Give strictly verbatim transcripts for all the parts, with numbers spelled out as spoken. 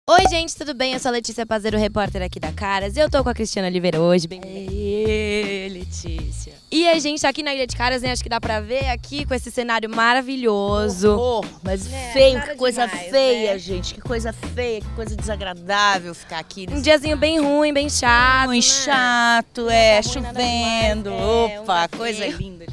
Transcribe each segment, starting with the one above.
Oi gente, tudo bem? Eu sou a Letícia Pazeiro, repórter aqui da Caras. Eu tô com a Cristiana Oliveira hoje. Bem... Ei, Letícia. E a gente tá aqui na Ilha de Caras, né? Acho que dá pra ver aqui com esse cenário maravilhoso. Oh, mas É, feio, nada que coisa demais, feia, né? gente. Que coisa feia, que coisa desagradável ficar aqui. Um diazinho bem ruim, bem chato, Ruim, né? chato, é, Nada ruim, nada chovendo. demais, é, um Opa, café. coisa linda.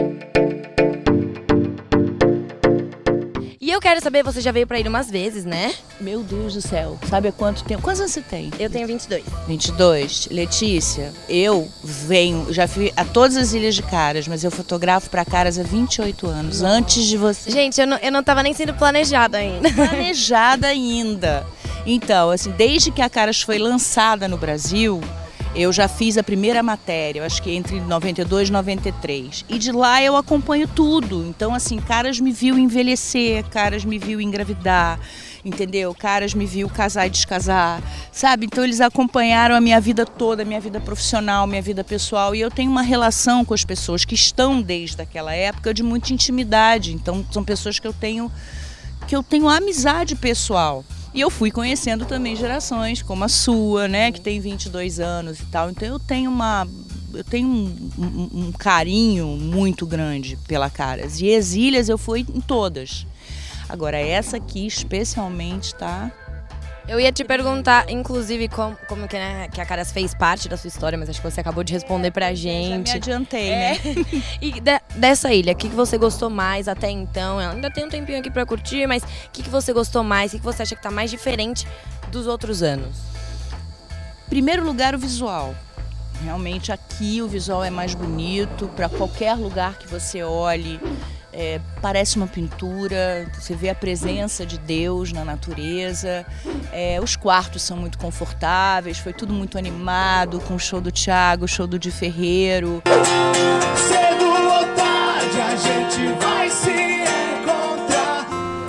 E eu quero saber, você já veio pra ilha umas vezes, né? Meu Deus do céu, sabe há quanto tempo? Quantos anos você tem? Eu tenho vinte e dois. vinte e dois. Letícia, eu venho, já fui a todas as ilhas de Caras, mas eu fotografo pra Caras há vinte e oito anos, Nossa. antes de você. Gente, eu não, eu não tava nem sendo planejada ainda. Planejada ainda. Então, assim, desde que a Caras foi lançada no Brasil, eu já fiz a primeira matéria, eu acho que entre noventa e dois e noventa e três. E de lá eu acompanho tudo. Então, assim, Caras me viu envelhecer, Caras me viu engravidar, entendeu? Caras me viu casar e descasar, sabe? Então eles acompanharam a minha vida toda, a minha vida profissional, minha vida pessoal. E eu tenho uma relação com as pessoas que estão desde aquela época de muita intimidade. Então são pessoas que eu tenho, que eu tenho amizade pessoal. E eu fui conhecendo também gerações como a sua, né, que tem vinte e dois anos e tal. Então eu tenho uma, eu tenho um, um, um carinho muito grande pela Caras. E as ilhas eu fui em todas. Agora essa aqui especialmente, tá? Eu ia te perguntar, inclusive, como, como que, né, que a Caras fez parte da sua história, mas acho que você acabou de responder pra gente. Já me adiantei, É. né? E de- dessa ilha, o que, que você gostou mais até então? Ela ainda tem um tempinho aqui pra curtir, mas o que, que você gostou mais? O que, que você acha que tá mais diferente dos outros anos? Primeiro lugar, o visual. Realmente aqui o visual é mais bonito, para qualquer lugar que você olhe, é, parece uma pintura, você vê a presença de Deus na natureza, é, os quartos são muito confortáveis, foi tudo muito animado, com o show do Thiago, o show do Di Ferreiro. Cedo ou tarde a gente vai se encontrar.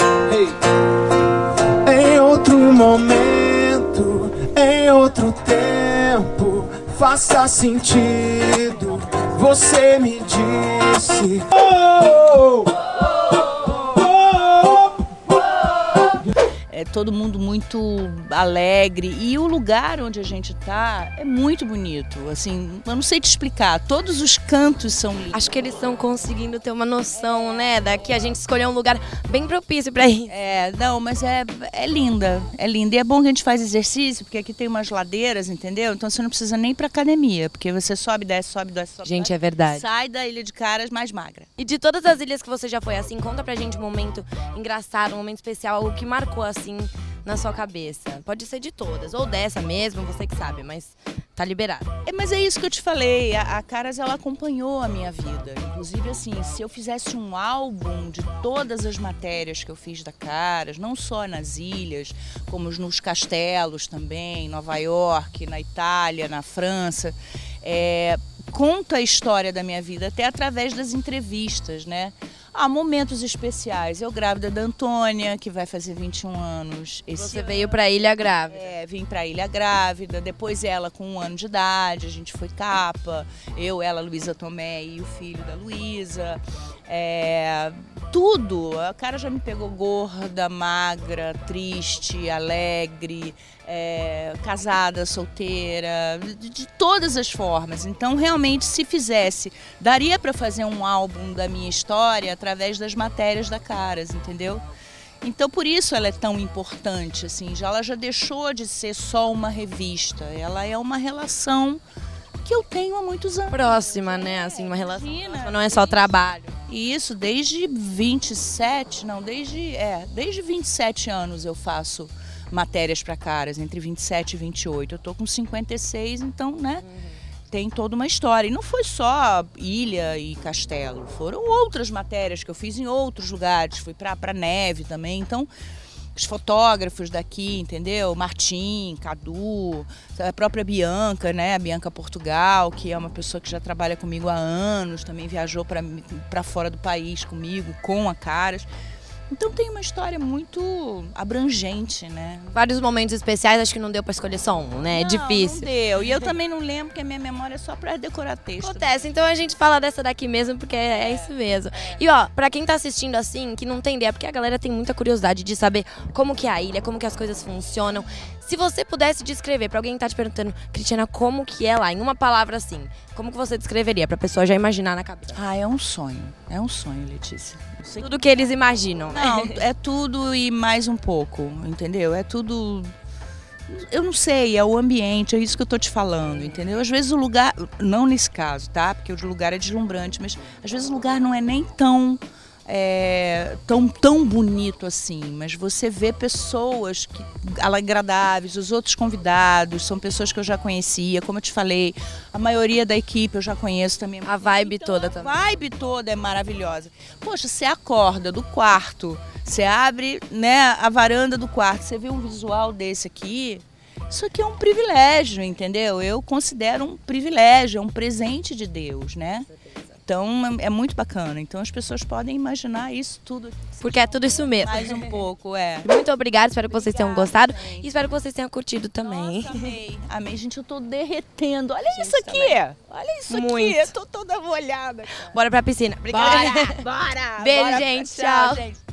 Hey. Em outro momento, em outro tempo, faça sentido. Você me disse. Oh, oh, oh, É todo mundo muito alegre e o lugar onde a gente tá é muito bonito, assim, eu não sei te explicar, todos os cantos são lindos. Acho que eles estão conseguindo ter uma noção, né? Daqui a gente escolheu um lugar bem propício pra ir. É, não, mas é, é linda, é linda. E é bom que a gente faz exercício, porque aqui tem umas ladeiras, entendeu? Então você não precisa nem ir pra academia, porque você sobe, desce, sobe, desce, sobe. Gente, desce, é verdade. sai da Ilha de Caras mais magra. E de todas as ilhas que você já foi assim, conta pra gente um momento engraçado, um momento especial, algo que marcou assim na sua cabeça. Pode ser de todas, ou dessa mesmo, você que sabe, mas tá liberado. É, mas é isso que eu te falei, a, a Caras ela acompanhou a minha vida. Inclusive assim, se eu fizesse um álbum de todas as matérias que eu fiz da Caras, não só nas ilhas, como nos castelos também, em Nova York, na Itália, na França, é, conta a história da minha vida até através das entrevistas, né? Há momentos especiais. Eu grávida da Antônia, que vai fazer vinte e um anos esse Você veio pra ilha grávida. é, vim pra ilha grávida, depois ela com um ano de idade, a gente foi capa, eu, ela, Luísa Tomé e o filho da Luísa, é, tudo, a cara já me pegou gorda, magra, triste, alegre, é, casada, solteira, de, de todas as formas. Então realmente se fizesse, daria para fazer um álbum da minha história através das matérias da Caras, entendeu? Então por isso ela é tão importante, assim, já, ela já deixou de ser só uma revista, ela é uma relação que eu tenho há muitos anos. Próxima, né? Assim, uma relação Imagina. próxima, não é só trabalho. E isso desde vinte e sete, não, desde, é, desde vinte e sete anos eu faço matérias para Caras, entre vinte e sete e vinte e oito. Eu tô com cinquenta e seis, então, né? Uhum. Tem toda uma história. E não foi só ilha e castelo, foram outras matérias que eu fiz em outros lugares. Fui para para neve também. Então, os fotógrafos daqui, entendeu? Martim, Cadu, a própria Bianca, né? A Bianca Portugal, que é uma pessoa que já trabalha comigo há anos, também viajou para para fora do país comigo, com a Caras. Então tem uma história muito abrangente, né? Vários momentos especiais, acho que não deu pra escolher só um, né? É Não, difícil. Não deu. E eu também não lembro, porque a minha memória é só pra decorar texto. Acontece, então a gente fala dessa daqui mesmo, porque é, é isso mesmo. E ó, pra quem tá assistindo assim, que não tem ideia, porque a galera tem muita curiosidade de saber como que é a ilha, como que as coisas funcionam. Se você pudesse descrever pra alguém que tá te perguntando, Cristiana, como que é lá, em uma palavra assim, como que você descreveria, pra pessoa já imaginar na cabeça? Ah, é um sonho. É um sonho, Letícia. Tudo que eles imaginam, né? Não, é tudo e mais um pouco, entendeu? É tudo... Eu não sei, é o ambiente, é isso que eu tô te falando, entendeu? Às vezes o lugar, não nesse caso, tá? Porque o lugar é deslumbrante, mas às vezes o lugar não é nem tão... É, tão, tão bonito assim, mas você vê pessoas que, agradáveis, os outros convidados são pessoas que eu já conhecia, como eu te falei, a maioria da equipe eu já conheço também. A vibe então, toda a também. A vibe toda é maravilhosa. Poxa, você acorda do quarto, você abre, né, a varanda do quarto, você vê um visual desse aqui, isso aqui é um privilégio, entendeu? Eu considero um privilégio, é um presente de Deus, né? Então é muito bacana. Então as pessoas podem imaginar isso tudo. Porque é tudo isso mesmo. Mais um pouco, é. Muito obrigada, espero que vocês tenham gostado. Também. E espero que vocês tenham curtido também. Nossa, amei. Amei, gente, eu tô derretendo. Olha Gente, isso aqui. também. Olha isso Muito. aqui. Eu tô toda molhada. Bora pra piscina. Bora, bora. Beijo, bora. gente. Tchau, Tchau. gente.